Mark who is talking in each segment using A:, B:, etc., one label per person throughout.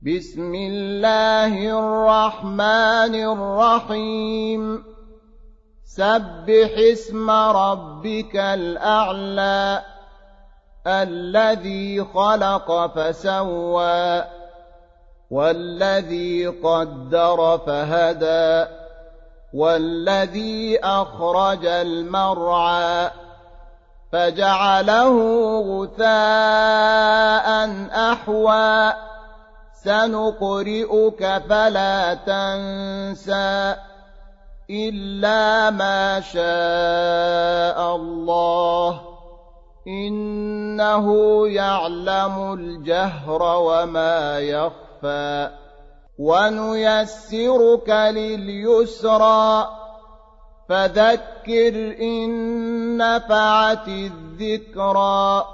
A: بسم الله الرحمن الرحيم سبح اسم ربك الأعلى الذي خلق فسوى والذي قدر فهدى والذي أخرج المرعى فجعله غثاء أحوى سنقرئك فلا تنسى إلا ما شاء الله إنه يعلم الجهر وما يخفى ونيسرك لليسرى فذكر إن نفعت الذكرى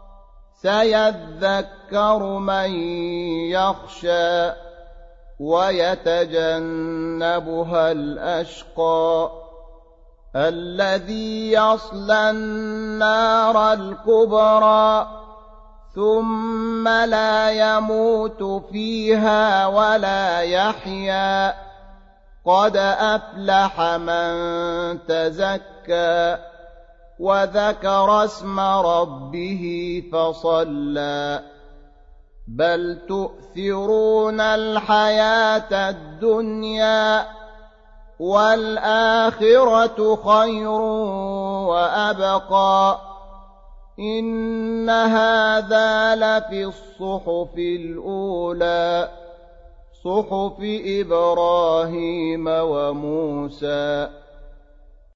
A: سيذكر من يخشى ويتجنبها الأشقى الذي يصلى النار الكبرى ثم لا يموت فيها ولا يحيا قد أفلح من تزكى وذكر اسم ربه فصلى بل تؤثرون الحياة الدنيا والآخرة خير وأبقى إن هذا لفي الصحف الأولى صحف إبراهيم وموسى